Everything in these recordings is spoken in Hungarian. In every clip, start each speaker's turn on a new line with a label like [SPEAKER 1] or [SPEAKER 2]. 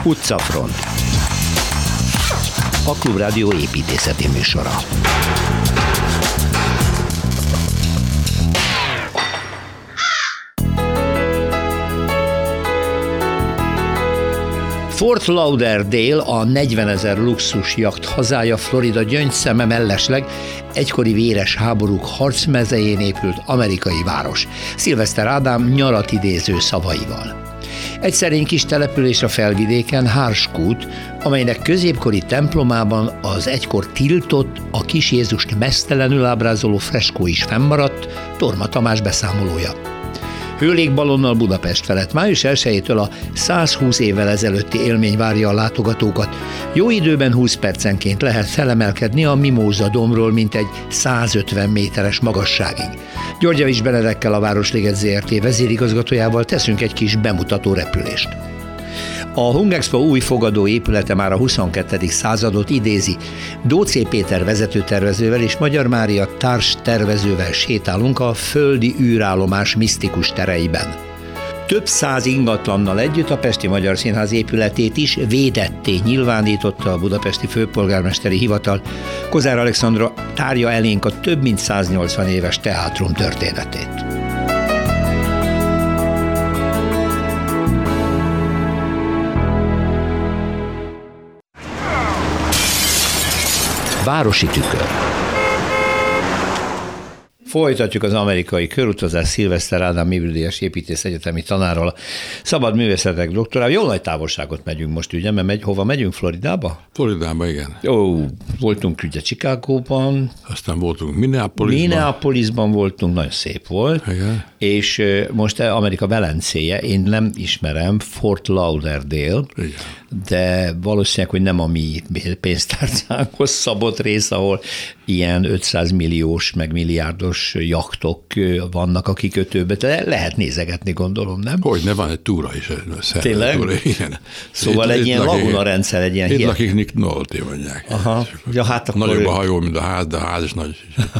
[SPEAKER 1] Utcafront. A Klubrádió építészeti műsora. Fort Lauderdale, a 40 000 luxus jacht hazája, Florida gyöngyszeme, mellesleg egykori véres háborúk harcmezején épült amerikai város. Szilveszter Ádám nyarat idéző szavaival. Egy szerény kis település a felvidéken, Hárskút, amelynek középkori templomában az egykor tiltott, a kis Jézust meztelenül ábrázoló freskó is fennmaradt, Torma Tamás beszámolója. Hőlégballonnal Budapest felett május 1-től a 120 évvel ezelőtti élmény várja a látogatókat. Jó időben 20 percenként lehet felemelkedni a Mimóza dombról mintegy 150 méteres magasságig. Györgyevics Benedekkel, a Városliget Zrt. Vezérigazgatójával teszünk egy kis bemutató repülést. A Hungexpo új fogadó épülete már a 22. századot idézi. Dóczé Péter vezetőtervezővel és Magyar Mária társtervezővel sétálunk a földi űrállomás misztikus tereiben. Több száz ingatlannal együtt a Pesti Magyar Színház épületét is védetté nyilvánította a budapesti főpolgármesteri hivatal. Kozár Alexandra tárja elénk a több mint 180 éves teátrum történetét. Városi tükör. Folytatjuk az amerikai körutazás Szilveszter Ádám Mivridélyes építészegyetemi tanárral, szabad művészetek doktorával. Jó nagy távolságot megyünk most, ugye, mert hova megyünk? Floridába?
[SPEAKER 2] Floridába, igen.
[SPEAKER 1] Ó, voltunk ugye Chicagóban.
[SPEAKER 2] Aztán voltunk Minneapolisban.
[SPEAKER 1] Minneapolisban voltunk, nagyon szép volt. Igen. És most Amerika Velencéje, én nem ismerem, Fort Lauderdale, igen, de valószínűleg, hogy nem a mi pénztárcánkhoz szabott rész, ahol ilyen 500 milliós, meg milliárdos jachtok vannak a kikötőben, de lehet nézegetni, gondolom, nem?
[SPEAKER 2] Hogyne, van egy túra is.
[SPEAKER 1] Tényleg?
[SPEAKER 2] Túra, igen.
[SPEAKER 1] Szóval egy ilyen lagunarendszer, egy ilyen...
[SPEAKER 2] Itt lakik Nick Nolte mondják.
[SPEAKER 1] Aha. Ja, hát akkor...
[SPEAKER 2] Nagyobb a hajó, mint a ház, de a ház is nagy.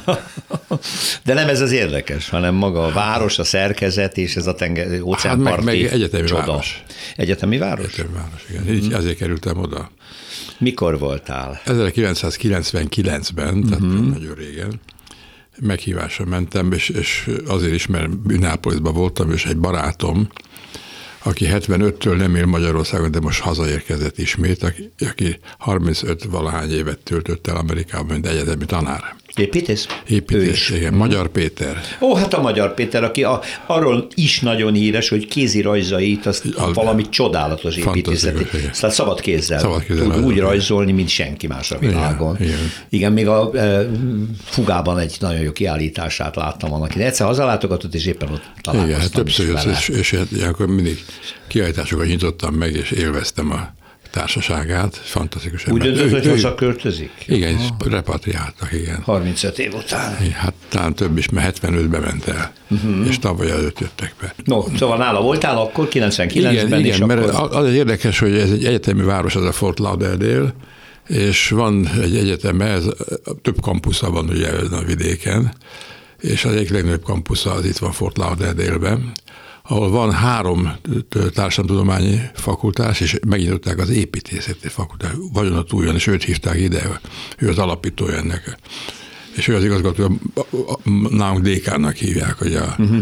[SPEAKER 1] De nem ez az érdekes, hanem maga a város, a szerkezet és ez a óceánparti
[SPEAKER 2] meg egyetemi
[SPEAKER 1] csoda.
[SPEAKER 2] Város.
[SPEAKER 1] Egyetemi város?
[SPEAKER 2] Egyetemi város, igen. Így ezért kerültem oda.
[SPEAKER 1] Mikor voltál?
[SPEAKER 2] 1999-ben, tehát nagyon régen. Meghívásra mentem, és azért is, mert Minneapolisban voltam, és egy barátom, aki 75-től nem él Magyarországon, de most hazaérkezett ismét, aki 35-valahány évet töltött el Amerikában, mint egyetemi tanár.
[SPEAKER 1] Építész?
[SPEAKER 2] Építész, igen. Magyar Péter.
[SPEAKER 1] Ó, hát a Magyar Péter, aki arról is nagyon híres, hogy kézi rajzait, az valami csodálatos építészeti. Aztán szabad kézzel tud úgy rajzolni, mint senki más a világon. Igen, még a Fugában egy nagyon jó kiállítását láttam annak. Egyszer hazalátogatott, és éppen ott találkoztam.
[SPEAKER 2] Igen, többször, és akkor mindig kiállításokat nyitottam meg, és élveztem a társaságát, fantasztikus ember.
[SPEAKER 1] Úgy döntött, hogy hazaköltözik?
[SPEAKER 2] Igen, repatriáltak, igen.
[SPEAKER 1] 35 év után.
[SPEAKER 2] Hát talán több is, mert 75-ben ment el, és tavaly előtt jöttek be.
[SPEAKER 1] No, szóval nála voltál akkor, 99-ben
[SPEAKER 2] igen,
[SPEAKER 1] és
[SPEAKER 2] mert
[SPEAKER 1] akkor...
[SPEAKER 2] az érdekes, hogy ez egy egyetemi város, az a Fort Lauderdale, és van egy egyeteme, ez több kampusza van ugye a vidéken, és az egyik legnagyobb kampusza az itt van Fort Lauderdale-ben, ahol van 3 társadalomtudományi fakultás, és megnyitották az építészeti fakultás, Vagyonatújon, és őt hívták ide, ő az alapítója ennek. És ő az igazgató, nálunk dékánnak hívják, hogy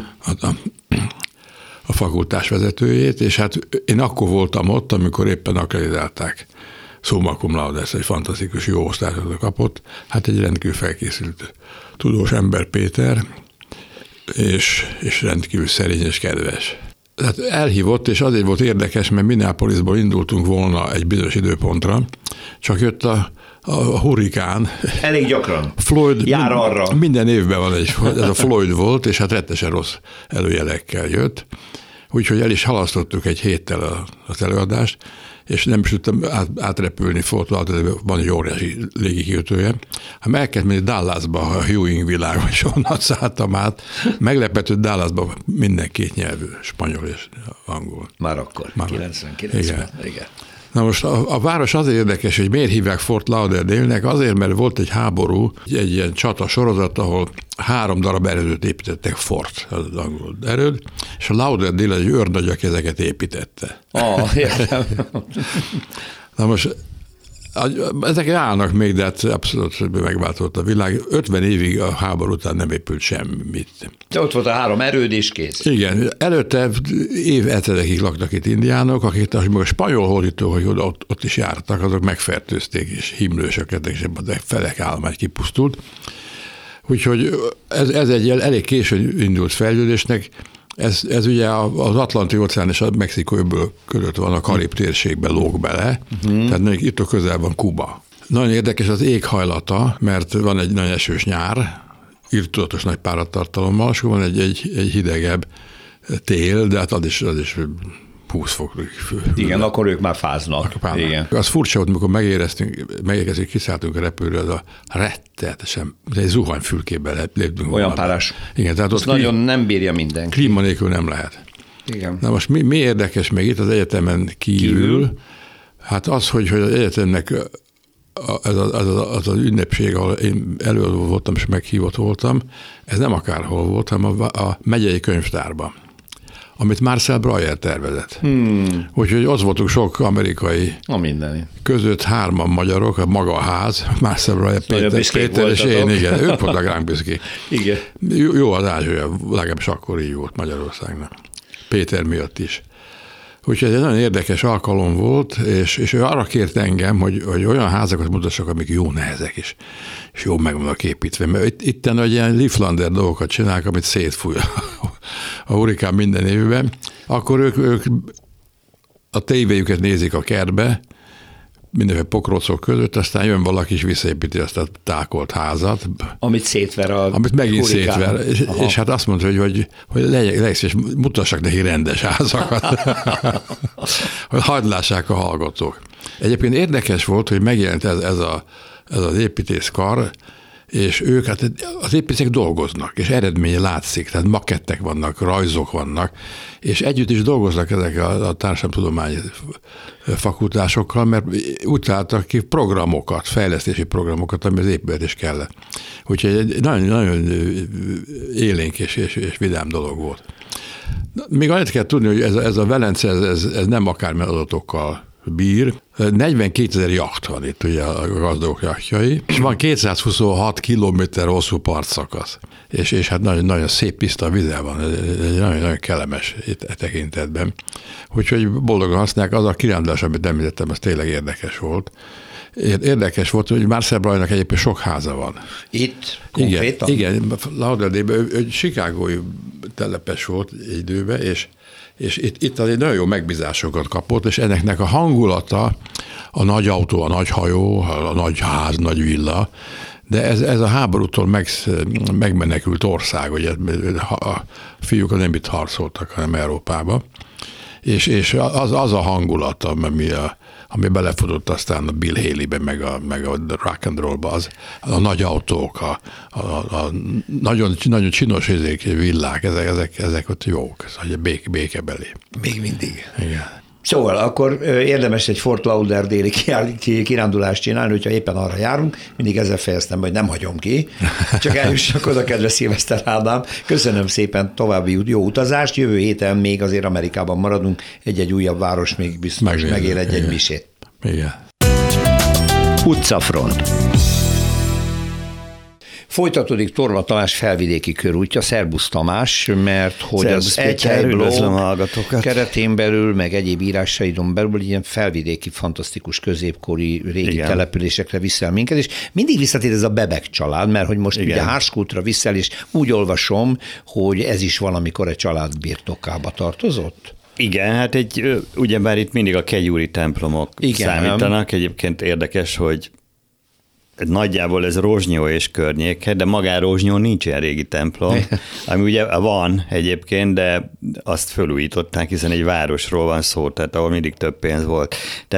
[SPEAKER 2] a fakultás vezetőjét, és hát én akkor voltam ott, amikor éppen akkreditálták. Summa cum laude, ezt egy fantasztikus jó osztályzatot kapott, hát egy rendkívül felkészült tudós ember Péter, és rendkívül szerény és kedves. Tehát elhívott, és azért volt érdekes, mert Minneapolisból indultunk volna egy bizonyos időpontra, csak jött a hurrikán.
[SPEAKER 1] Elég gyakran.
[SPEAKER 2] Floyd
[SPEAKER 1] jár arra.
[SPEAKER 2] Minden évben van ez a Floyd volt, és hát rettesen rossz előjelekkel jött, úgyhogy el is halasztottuk egy héttel az előadást, és nem is tudtam átrepülni Fort Lauderdale, van egy óriási légikikötője. Hát el kellett menni Dallasba, a Ewing világban, és onnan szálltam át. Meglepett, hogy Dallasban minden kétnyelvű, spanyol és angol.
[SPEAKER 1] Már akkor, 99-ben. Igen.
[SPEAKER 2] Na most a város azért érdekes, hogy miért hívják Fort Lauderdale-nek, azért, mert volt egy háború, egy ilyen csata sorozat, ahol 3 darab erődöt építettek, fort, az angol erőd, és a Lauderdale egy őrnagy, aki ezeket építette.
[SPEAKER 3] Értem.
[SPEAKER 2] Na most ezek állnak még, de hát abszolút megváltozott a világ. 50 évig a háború után nem épült semmit.
[SPEAKER 3] De ott volt a 3 erőd, és kész.
[SPEAKER 2] Igen, előtte évtizedekig laktak itt indiánok, akik a spanyol hódítók, hogy ott is jártak, azok megfertőzték, és himlősöket, és a felek állomány kipusztult. Úgyhogy ez egy elég későn indult fejlődésnek. Ez ugye az Atlanti-óceán és a Mexikó-öböl között van, a Karib térségben lóg bele, tehát még itt a közel van Kuba. Nagyon érdekes az éghajlata, mert van egy nagyon esős nyár, irtózatos nagy páratartalommal, és van egy hidegebb tél, de hát az is 20 fok.
[SPEAKER 3] Igen, akkor ők már fáznak. Igen.
[SPEAKER 2] Az furcsa volt, amikor megérkezünk, kiszálltunk a repülőre, az a rettenetesen, egy zuhanyfülkébe léptünk.
[SPEAKER 3] Olyan párás.
[SPEAKER 2] Igen, tehát ott
[SPEAKER 3] nagyon nem bírja mindenki.
[SPEAKER 2] Klíma nélkül nem lehet.
[SPEAKER 3] Igen.
[SPEAKER 2] Na most mi érdekes még itt az egyetemen kívül? Hát az, hogy az egyetemnek az ünnepség, ahol én előadó voltam és meghívott voltam, ez nem akárhol volt, hanem a megyei könyvtárban, amit Marcel Breuer tervezett. Úgyhogy ott voltunk sok amerikai között, 3 magyarok, a maga a ház, Marcel Breuer, Péter és én, igen, ők voltak ránk büszkék.
[SPEAKER 3] Igen.
[SPEAKER 2] Jó az ázsia, legalábbis akkor így volt Magyarországnak. Péter miatt is. Úgyhogy ez egy nagyon érdekes alkalom volt, és ő arra kért engem, hogy olyan házakat mutassak, amik jó nehezek is, és jó meg vannak építve. Mert itten egy ilyen Lifflander dolgokat csinálnak, amit szétfúj a hurikán minden évben, akkor ők a tévéjüket nézik a kertbe, mindenféle pokrócok között, aztán jön valaki, és visszaépíti azt a tákolt házat.
[SPEAKER 3] Amit szétver
[SPEAKER 2] Amit megint hurikán szétver. És hát azt mondta, hogy legyen és mutassak neki rendes házakat, hogy hagyd lássák a hallgatók. Egyébként érdekes volt, hogy megjelent ez az építészkar, és ők, hát az építészek dolgoznak, és eredménye látszik, tehát makettek vannak, rajzok vannak, és együtt is dolgoznak ezek a társadalomtudományi fakultásokkal, mert úgy találtak ki programokat, fejlesztési programokat, ami az épület is kellett. Úgyhogy egy nagyon élénk és vidám dolog volt. Még annyit kell tudni, hogy ez a Velence, ez nem akármilyen adatokkal bír. 42 000 jacht van itt, ugye a gazdagok jachtjai, és van 226 kilométer hosszú partszakasz, és hát nagyon szép tiszta vize van, ez nagyon kellemes itt e tekintetben. Úgyhogy boldogan használják, az a kirándulás, amit említettem, az tényleg érdekes volt. Érdekes volt, hogy Marcel Breuernek egyébként sok háza van.
[SPEAKER 3] Itt konkrétan?
[SPEAKER 2] Igen, Lauderdale-ben ő chicagói telepes volt egy időben, és itt egy nagyon jó megbízásokat kapott, és ennek a hangulata, a nagy autó, a nagy hajó, a nagy ház, nagy villa, de ez a háborútól megmenekült ország, ugye a fiúk nem itt harcoltak, hanem Európába, és az a hangulat, ami belefutott aztán a Bill Haley-be, meg a rock and roll-ba, az a nagy autók, a nagyon csinos villák, ezek ott jók, ez békebeli.
[SPEAKER 3] Még mindig.
[SPEAKER 2] Igen.
[SPEAKER 3] Szóval akkor érdemes egy Fort Lauderdale-i kirándulást csinálni, hogyha éppen arra járunk. Mindig ezzel fejeztem, hogy nem hagyom ki, csak eljussak oda, kedves Szilveszter Ádám. Köszönöm szépen, további jó utazást. Jövő héten még azért Amerikában maradunk, egy újabb város még biztos megél egy misét.
[SPEAKER 2] Igen.
[SPEAKER 3] Utcafront. Folytatódik Torla Tamás felvidéki körútja, szerbusz Tamás, mert hogy szerbusz az Egyhely-blog keretén belül, meg egyéb írásaidon belül ilyen felvidéki, fantasztikus középkori régi településekre viszel minket, és mindig visszatér ez a Bebek család, mert hogy most ugye Hárskútra viszel, és úgy olvasom, hogy ez is valamikor egy család birtokába tartozott.
[SPEAKER 4] Igen, hát ugyebár itt mindig a kegyúri templomok számítanak. Egyébként érdekes, hogy nagyjából ez Rozsnyó és környéke, de magán Rozsnyón nincs ilyen régi templom, ami ugye van egyébként, de azt felújították, hiszen egy városról van szó, tehát ahol mindig több pénz volt. Tehát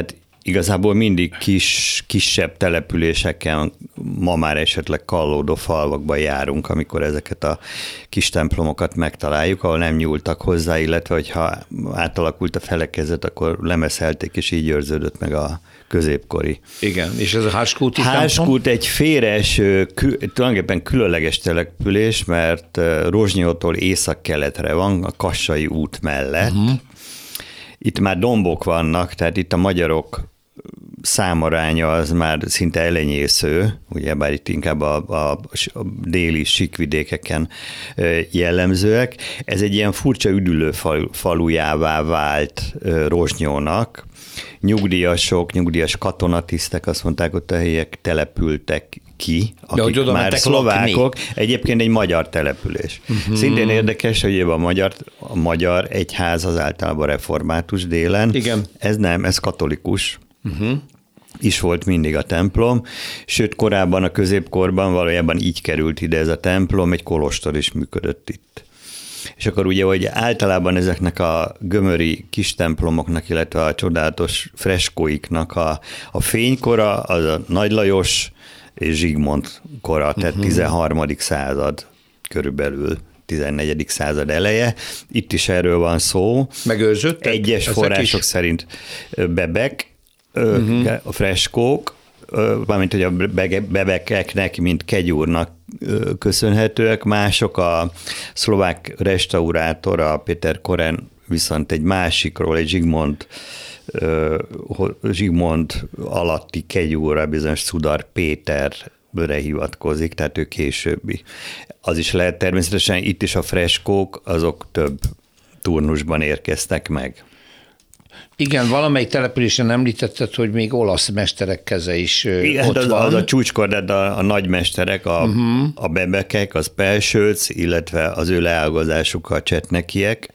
[SPEAKER 4] igazából mindig kisebb településeken, ma már esetleg kallódó falvakban járunk, amikor ezeket a kis templomokat megtaláljuk, ahol nem nyúltak hozzá, illetve hogyha átalakult a felekezet, akkor lemeszelték, és így őrződött meg a középkori.
[SPEAKER 3] Igen, és ez a Háskúti
[SPEAKER 4] Háskút egy féres, tulajdonképpen különleges település, mert Rozsnyótól észak-keletre van, a Kassai út mellett. Itt már dombok vannak, tehát itt a magyarok számaránya az már szinte elenyésző, ugyebár itt inkább a déli síkvidékeken jellemzőek. Ez egy ilyen furcsa üdülő falujává vált Rozsnyónak. Nyugdíjas katonatisztek, azt mondták, ott a helyiek települtek ki, akik már szlovákok, egyébként egy magyar település. Szintén érdekes, hogy a magyar egyház az általában református délen.
[SPEAKER 3] Igen.
[SPEAKER 4] Ez nem, ez katolikus. Is volt mindig a templom, sőt korábban a középkorban valójában így került ide ez a templom, egy kolostor is működött itt. És akkor ugye, hogy általában ezeknek a gömöri kis templomoknak, illetve a csodálatos freskóiknak a fénykora az a Nagy Lajos és Zsigmond kora, tehát 13. század körülbelül. 14. század eleje. Itt is erről van szó.
[SPEAKER 3] Megőrződtek?
[SPEAKER 4] Egyes források szerint bebek, a freskók, valamint, hogy a bebekeknek, mint Kegyúrnak köszönhetőek, mások a szlovák restaurátor, a Péter Koren viszont egy másikról, egy Zsigmond alatti Kegyúrra, bizonyos Szudar Péterre hivatkozik, tehát ő későbbi. Az is lehet természetesen, itt is a freskók, azok több turnusban érkeztek meg.
[SPEAKER 3] Igen, valamelyik településen említetted, hogy még olasz mesterek keze is
[SPEAKER 4] igen,
[SPEAKER 3] ott van.
[SPEAKER 4] Az a csúcskor, de a nagymesterek, a bebekek, az Pelsőc, illetve az ő leágazásuk a csetnekiek.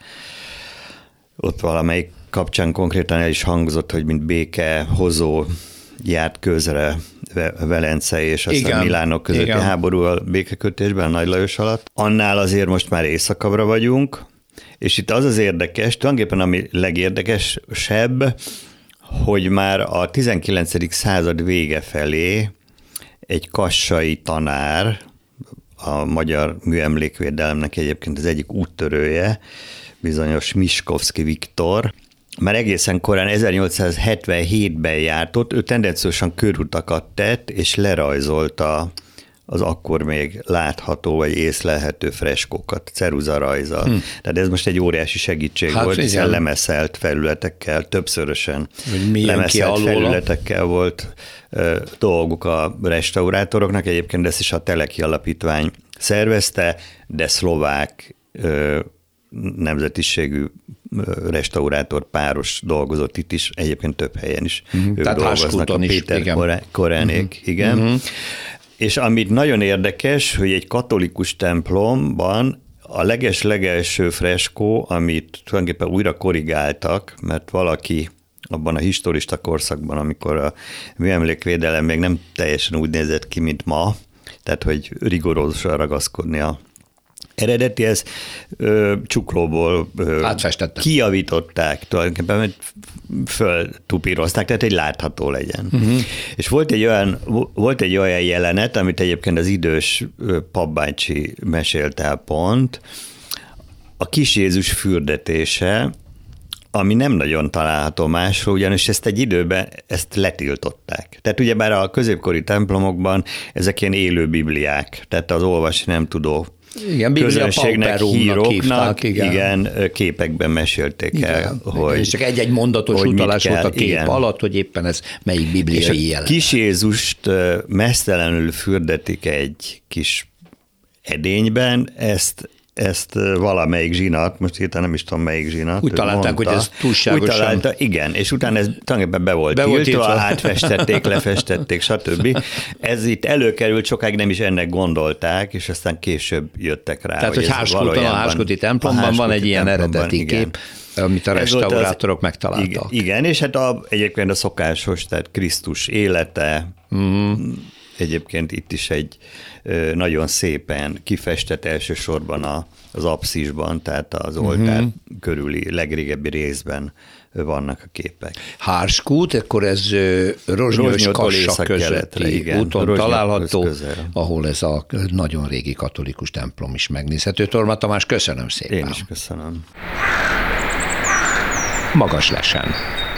[SPEAKER 4] Ott valamelyik kapcsán konkrétan el is hangzott, hogy mint békehozó járt közre Velence és aztán Milánok közötti háború a békekötésben, a Nagy Lajos alatt. Annál azért most már északabbra vagyunk, és itt az érdekes, tulajdonképpen ami legérdekesebb, hogy már a 19. század vége felé egy kassai tanár, a magyar műemlékvédelemnek egyébként az egyik úttörője, bizonyos Miskovszky Viktor, már egészen korán 1877-ben járt ott, ő tendenciósan körutakat tett, és lerajzolta az akkor még látható vagy észlelhető freskókat, ceruzarajzzal. Tehát ez most egy óriási segítség volt, hiszen lemeszelt felületekkel, többszörösen lemeszelt felületekkel volt dolguk a restaurátoroknak. Egyébként ezt is a Teleki Alapítvány szervezte, de szlovák nemzetiségű restaurátor páros dolgozott itt is, egyébként több helyen is. Ők
[SPEAKER 3] tehát
[SPEAKER 4] dolgoznak, a Péter Korenék, igen. És amit nagyon érdekes, hogy egy katolikus templomban a legelső freskó, amit tulajdonképpen újra korrigáltak, mert valaki abban a historista korszakban, amikor a műemlékvédelem még nem teljesen úgy nézett ki, mint ma, tehát hogy rigorózusan ragaszkodni a eredetihez, csuklóból kijavították, tulajdonképpen föltupírozták, tehát hogy látható legyen. És volt egy olyan jelenet, amit egyébként az idős papbácsi mesélt el pont, a Kis Jézus fürdetése, ami nem nagyon található máshol, ugyanis ezt egy időben letiltották. Tehát ugyebár a középkori templomokban ezek ilyen élő bibliák, tehát az olvasni nem tudó közönségnek, híróknak, igen, képekben mesélték el, hogy
[SPEAKER 3] és csak egy-egy mondatos utalás volt a kép alatt, hogy éppen ez melyik bibliai jelenet.
[SPEAKER 4] Kis Jézust mesztelenül fürdetik egy kis edényben, ezt valamelyik zsinat, most hirtelen nem is tudom melyik zsinat.
[SPEAKER 3] Úgy találták, mondta, hogy ez túlságosan.
[SPEAKER 4] Úgy találta, igen, és utána ez tulajdonképpen be volt tiltva, átfestették, lefestették, stb. Ez itt előkerült, sokáig nem is ennek gondolták, és aztán később jöttek rá.
[SPEAKER 3] Tehát, hogy a Háskuti templomban van egy ilyen eredeti kép, amit a restaurátorok megtaláltak.
[SPEAKER 4] Igen, és hát egyébként a szokásos, tehát Krisztus élete, egyébként itt is egy nagyon szépen kifestett elsősorban az apszisban, tehát az oltár körüli legrégebbi részben vannak a képek.
[SPEAKER 3] Hárskút, akkor ez Rozsnyó és Kassa közötti úton található, ahol ez a nagyon régi katolikus templom is megnézhető. Torma Tamás, köszönöm szépen.
[SPEAKER 4] Én is köszönöm.
[SPEAKER 3] Magas lesen.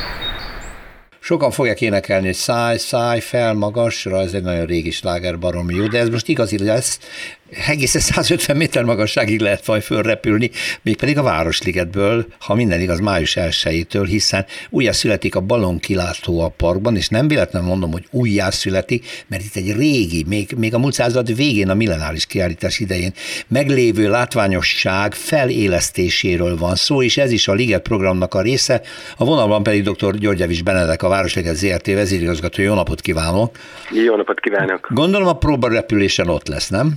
[SPEAKER 3] Sokan fogják énekelni, hogy szállj fel magasra, ez egy nagyon régi sláger, baromi jó, de ez most igazi lesz. Egészen 150 méter magasságig lehet majd fölrepülni, mégpedig a Városligetből, ha minden igaz, május 1-től, hiszen újjászületik a ballonkilátó a parkban, és nem véletlenül mondom, hogy újjászületik, mert itt egy régi, még a múlt század végén, a millenáris kiállítás idején meglévő látványosság felélesztéséről van szó, és ez is a Liget programnak a része. A vonalban pedig dr. Györgyevics Benedek, a Városliget ZRT vezérigazgató. Jó napot kívánok!
[SPEAKER 5] Jó napot kívánok!
[SPEAKER 3] Gondolom a próbarepülésen ott lesz, nem?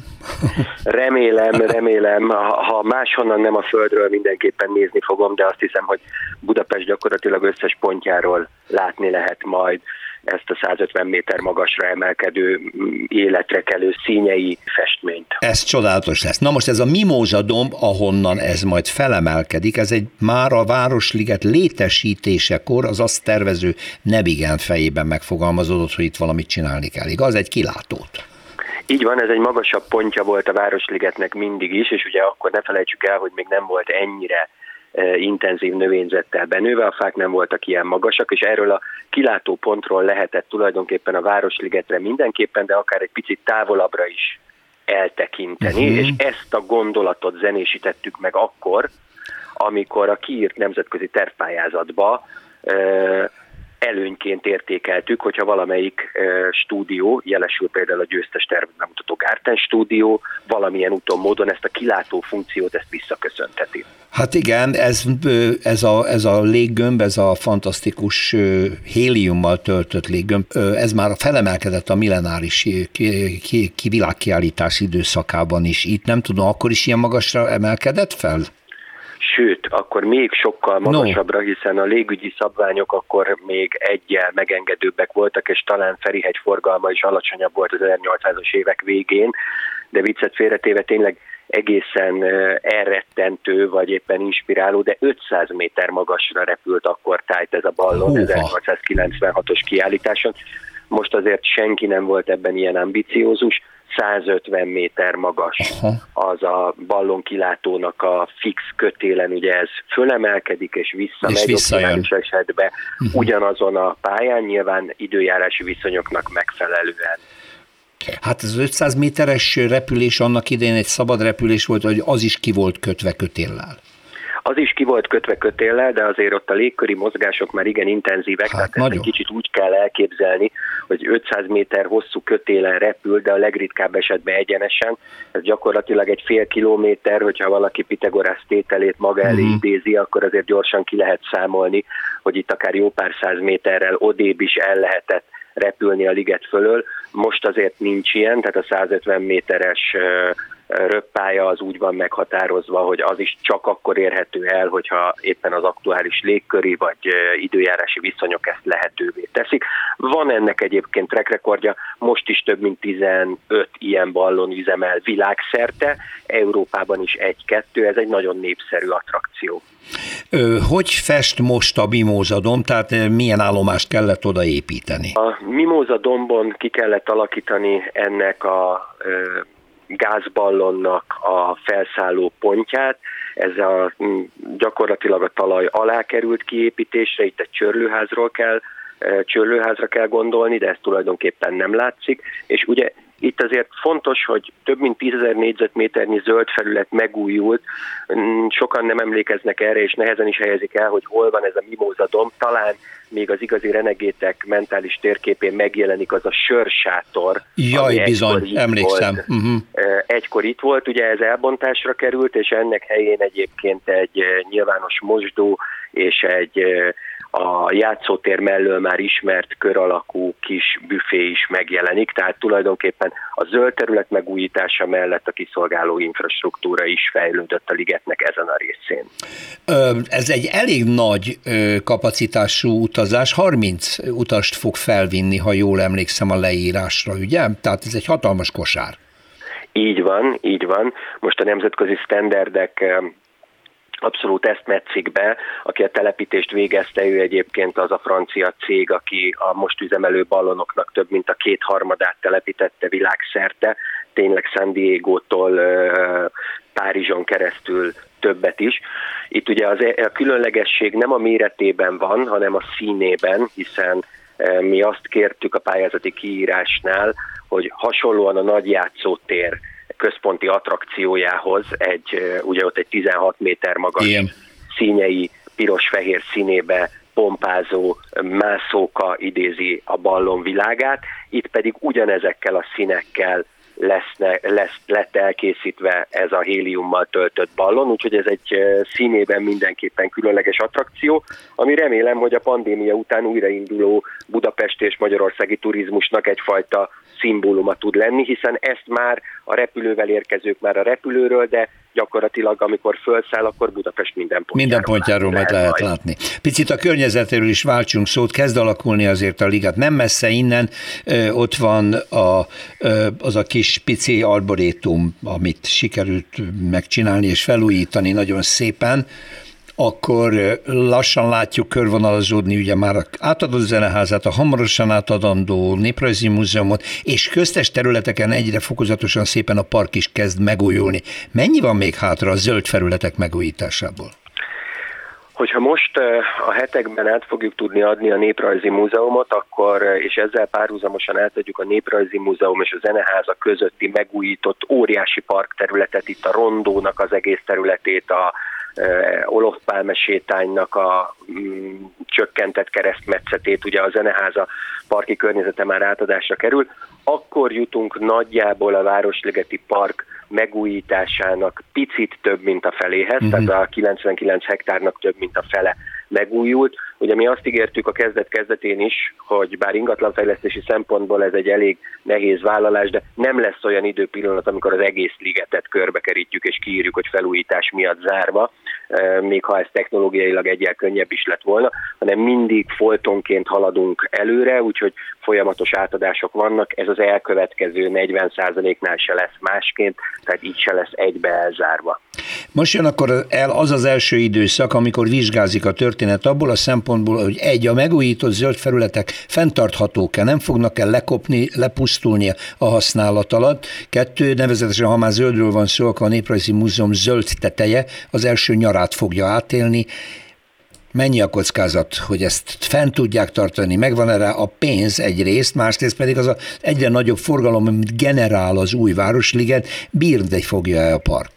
[SPEAKER 5] Remélem, ha máshonnan nem a földről, mindenképpen nézni fogom, de azt hiszem, hogy Budapest gyakorlatilag összes pontjáról látni lehet majd ezt a 150 méter magasra emelkedő, életre kelő színyei festményt.
[SPEAKER 3] Ez csodálatos lesz. Na most ez a Mimóza domb, ahonnan ez majd felemelkedik, ez egy már a Városliget létesítésekor az azt tervező Nebigen fejében megfogalmazódott, hogy itt valamit csinálni kell. Igaz? Egy kilátót.
[SPEAKER 5] Így van, ez egy magasabb pontja volt a Városligetnek mindig is, és ugye akkor ne felejtsük el, hogy még nem volt ennyire intenzív növényzettel benőve, a fák nem voltak ilyen magasak, és erről a kilátópontról lehetett tulajdonképpen a Városligetre mindenképpen, de akár egy picit távolabbra is eltekinteni, és ezt a gondolatot zenésítettük meg akkor, amikor a kiírt nemzetközi tervpályázatba előnyként értékeltük, hogyha valamelyik stúdió, jelesül például a győztes tervbemutató Garten stúdió, valamilyen úton, módon ezt a kilátó funkciót, ezt visszaköszöntheti.
[SPEAKER 3] Hát igen, ez a léggömb, ez a fantasztikus héliummal töltött léggömb, ez már felemelkedett a millenáris világkiállítás időszakában is. Itt nem tudom, akkor is ilyen magasra emelkedett fel?
[SPEAKER 5] Sőt, akkor még sokkal magasabbra, hiszen a légügyi szabványok akkor még egyel megengedőbbek voltak, és talán Ferihegy forgalma is alacsonyabb volt az 1800-as évek végén, de viccet félretéve tényleg egészen elrettentő, vagy éppen inspiráló, de 500 méter magasra repült akkor tájt ez a ballon 1896-os kiállításon. Most azért senki nem volt ebben ilyen ambiciózus, 150 méter magas az a ballonkilátónak a fix kötélen, ugye ez fölemelkedik és visszamegy optimális esetben ugyanazon a pályán, nyilván időjárási viszonyoknak megfelelően.
[SPEAKER 3] Hát az 500 méteres repülés annak idején egy szabad repülés volt, hogy az is ki volt kötve kötéllel.
[SPEAKER 5] Az is ki volt kötve kötéllel, de azért ott a légköri mozgások már igen intenzívek, tehát ezt egy kicsit úgy kell elképzelni, hogy 500 méter hosszú kötélen repül, de a legritkább esetben egyenesen. Ez gyakorlatilag egy fél kilométer, hogyha valaki Pitagorasz tételét maga elé idézi, akkor azért gyorsan ki lehet számolni, hogy itt akár jó pár száz méterrel odébb is el lehetett repülni a liget fölől. Most azért nincs ilyen, tehát a 150 méteres röppálya az úgy van meghatározva, hogy az is csak akkor érhető el, hogyha éppen az aktuális légköri vagy időjárási viszonyok ezt lehetővé teszik. Van ennek egyébként track rekordja, most is több mint 15 ilyen ballon üzemel világszerte, Európában is 1-2, ez egy nagyon népszerű attrakció.
[SPEAKER 3] Hogy fest most a Mimóza domb, tehát milyen állomást kellett oda építeni?
[SPEAKER 5] A Mimóza dombon ki kellett alakítani ennek a gázballonnak a felszálló pontját, ez gyakorlatilag a talaj alá került kiépítésre, itt egy csörlőházra kell gondolni, de ez tulajdonképpen nem látszik, és ugye itt azért fontos, hogy több mint 10 000 négyzetméternyi zöld felület megújult, sokan nem emlékeznek erre, és nehezen is helyezik el, hogy hol van ez a Mimóza domb, talán még az igazi renegétek mentális térképén megjelenik az a sörsátor.
[SPEAKER 3] Jaj, bizony, emlékszem.
[SPEAKER 5] Egykor itt volt, ugye ez elbontásra került, és ennek helyén egyébként egy nyilvános mosdó és egy a játszótér mellől már ismert kör alakú kis büfé is megjelenik, tehát tulajdonképpen a zöld terület megújítása mellett a kiszolgáló infrastruktúra is fejlődött a ligetnek ezen a részén.
[SPEAKER 1] Ez egy elég nagy kapacitású utazás, 30 utast fog felvinni, ha jól emlékszem a leírásra, ugye? Tehát ez egy hatalmas kosár.
[SPEAKER 5] Így van. Most a nemzetközi sztenderdek abszolút ezt metszik be. Aki a telepítést végezte, ő egyébként az a francia cég, aki a most üzemelő ballonoknak több mint a 2/3 telepítette világszerte, tényleg San Diego-tól Párizson keresztül többet is. Itt ugye a különlegesség nem a méretében van, hanem a színében, hiszen mi azt kértük a pályázati kiírásnál, hogy hasonlóan a nagy játszótér központi attrakciójához ugye ott egy 16 méter magas színyei piros-fehér színébe pompázó mászóka idézi a ballon világát, itt pedig ugyanezekkel a színekkel lett elkészítve ez a héliummal töltött ballon, úgyhogy ez egy színében mindenképpen különleges attrakció, ami remélem, hogy a pandémia után újrainduló budapesti és magyarországi turizmusnak egyfajta szimbóluma tud lenni, hiszen ezt már a repülővel érkezők már a repülőről, de gyakorlatilag amikor fölszáll, akkor Budapest minden pontjáról
[SPEAKER 1] majd lehet látni. Picit a környezetéről is váltsunk szót, kezd alakulni azért a liget. Nem messze innen ott van az a kis pici arborétum, amit sikerült megcsinálni és felújítani nagyon szépen. Akkor lassan látjuk körvonalazódni, ugye már átadott zeneházát, a hamarosan átadandó Néprajzi Múzeumot, és köztes területeken egyre fokozatosan szépen a park is kezd megújulni. Mennyi van még hátra a zöld felületek megújításából?
[SPEAKER 5] Hogyha most a hetekben át fogjuk tudni adni a Néprajzi Múzeumot, akkor, és ezzel párhuzamosan átadjuk a Néprajzi Múzeum és a Zeneháza közötti megújított óriási parkterületet, itt a rondónak az egész területét, a Olof Pálme sétánynak a csökkentett keresztmetszetét, ugye a Zeneháza parki környezete már átadásra kerül, akkor jutunk nagyjából a Városligeti Park megújításának picit több, mint a feléhez, tehát a 99 hektárnak több, mint a fele megújult. Ugye mi azt ígértük a kezdet-kezdetén is, hogy bár ingatlanfejlesztési szempontból ez egy elég nehéz vállalás, de nem lesz olyan időpillanat, amikor az egész ligetet körbekerítjük és kiírjuk, hogy felújítás miatt zárva, még ha ez technológiailag egyel könnyebb is lett volna, hanem mindig folytonként haladunk előre, úgyhogy folyamatos átadások vannak, ez az elkövetkező 40%-nál se lesz másként, tehát így se lesz egybe elzárva.
[SPEAKER 1] Most jön akkor az az első időszak, amikor vizsgázik a történet abból a szempontból, hogy a megújított zöld felületek fenntarthatók-e, nem fognak-e lekopni, lepusztulni a használat alatt. 2, nevezetesen, ha már zöldről van szó, akkor a Néprajzi Múzeum zöld teteje az első nyarát fogja átélni. Mennyi a kockázat, hogy ezt fent tudják tartani? Megvan erre a pénz egyrészt, másrészt pedig az egyre nagyobb forgalom, amit generál az új Városliget, bírni fogja-e a park?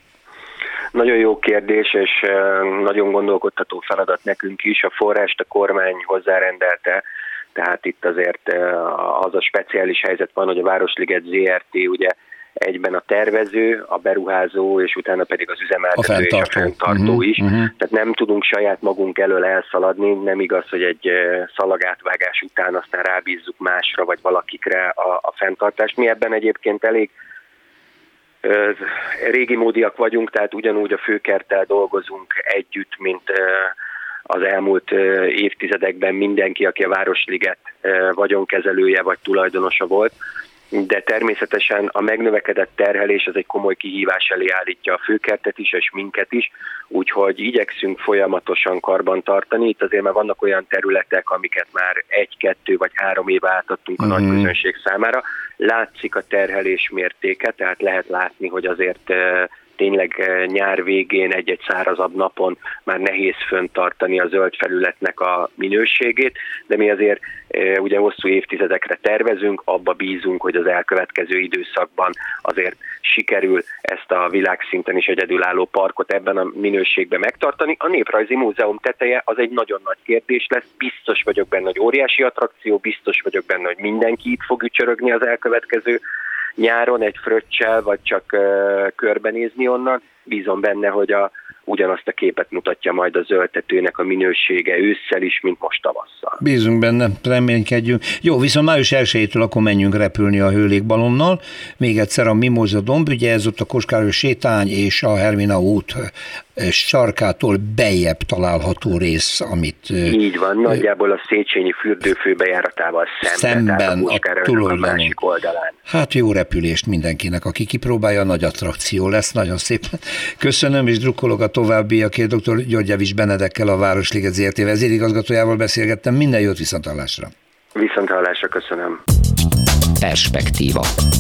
[SPEAKER 5] Nagyon jó kérdés, és nagyon gondolkodtató feladat nekünk is. A forrást a kormány hozzárendelte, tehát itt azért az a speciális helyzet van, hogy a Városliget ZRT ugye egyben a tervező, a beruházó, és utána pedig az üzemeltető és a fenntartó is. Tehát nem tudunk saját magunk elől elszaladni, nem igaz, hogy egy szalagátvágás után aztán rábízzuk másra, vagy valakikre a fenntartást. Mi ebben egyébként elég régi módiak vagyunk, tehát ugyanúgy a főkerttel dolgozunk együtt, mint az elmúlt évtizedekben mindenki, aki a Városliget vagyonkezelője vagy tulajdonosa volt, de természetesen a megnövekedett terhelés az egy komoly kihívás elé állítja a főkertet is, és minket is, úgyhogy igyekszünk folyamatosan karban tartani. Itt azért már vannak olyan területek, amiket már 1, 2 vagy 3 éve átadtunk a nagy közönség számára. Látszik a terhelés mértéke, tehát lehet látni, hogy azért tényleg nyár végén egy-egy szárazabb napon már nehéz fenntartani a zöld felületnek a minőségét, de mi azért ugye hosszú évtizedekre tervezünk, abba bízunk, hogy az elkövetkező időszakban azért sikerül ezt a világszinten is egyedülálló parkot ebben a minőségben megtartani. A Néprajzi Múzeum teteje az egy nagyon nagy kérdés lesz, biztos vagyok benne, hogy óriási attrakció, biztos vagyok benne, hogy mindenki itt fog ücsörögni az elkövetkező nyáron egy fröccsel, vagy csak körbenézni onnan, bízom benne, hogy ugyanazt a képet mutatja majd a zöldtetőnek a minősége ősszel is, mint most tavasszal.
[SPEAKER 3] Bízunk benne, reménykedjünk. Jó, viszont május 1-től akkor menjünk repülni a hőlékbalonnal. Még egyszer a Mimosa domb, ugye ez ott a Kossuth sétány és a Hermina út sarkától bejjebb található rész, amit...
[SPEAKER 5] Így van, nagyjából a Széchenyi fürdőfő bejáratával szemben a másik oldalán.
[SPEAKER 3] Hát jó repülést mindenkinek, aki kipróbálja, nagy attrakció lesz, nagyon szépen. Köszönöm, és drukkolok a továbbiakért. Dr. Györgyevics Benedekkel, a Városliget ZRT vezérigazgatójával beszélgettem. Minden jót, viszonthallásra.
[SPEAKER 5] Viszonthallásra, köszönöm.
[SPEAKER 1] Perspektíva.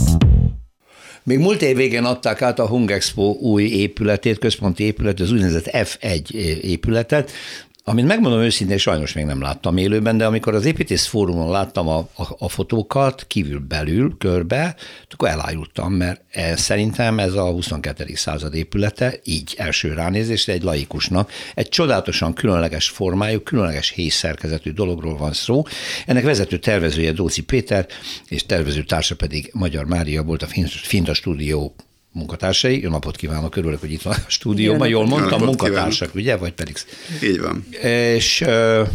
[SPEAKER 1] Még múlt év végén adták át a Hungexpo új épületét, központi épület, az úgynevezett F1 épületet, amit megmondom őszintén, sajnos még nem láttam élőben, de amikor az Építész Fórumon láttam a fotókat kívül-belül, körbe, akkor elájultam, mert szerintem ez a 22. század épülete, így első ránézésre egy laikusnak, egy csodálatosan különleges formájú, különleges héjszerkezetű dologról van szó. Ennek vezető tervezője Dóczy Péter, és tervező társa pedig Magyar Mária volt, a Finta Stúdió munkatársai. Jó napot kívánok, örülök, hogy itt van a stúdióban. Jól mondtam, munkatársak, ugye? Vagy pedig...
[SPEAKER 6] Így van.
[SPEAKER 1] És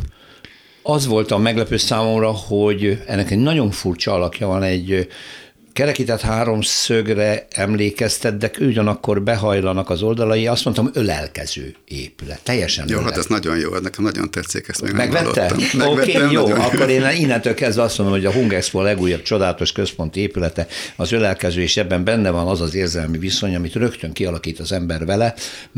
[SPEAKER 1] az volt a meglepő számomra, hogy ennek egy nagyon furcsa alakja van, egy kerekített háromszögre emlékeztet, de ugyanakkor behajlanak az oldalai, azt mondtam, ölelkező épület. Teljesen
[SPEAKER 6] jó,
[SPEAKER 1] ölelkező.
[SPEAKER 6] Hát ez nagyon jó, nekem nagyon tetszik, ezt még
[SPEAKER 1] Megvettem? Oké, jó, akkor én innentől kezdve azt mondom, hogy a Hungexpo a legújabb csodálatos központi épülete az ölelkező, és ebben benne van az az érzelmi viszony, amit rögtön kialakít az ember vele,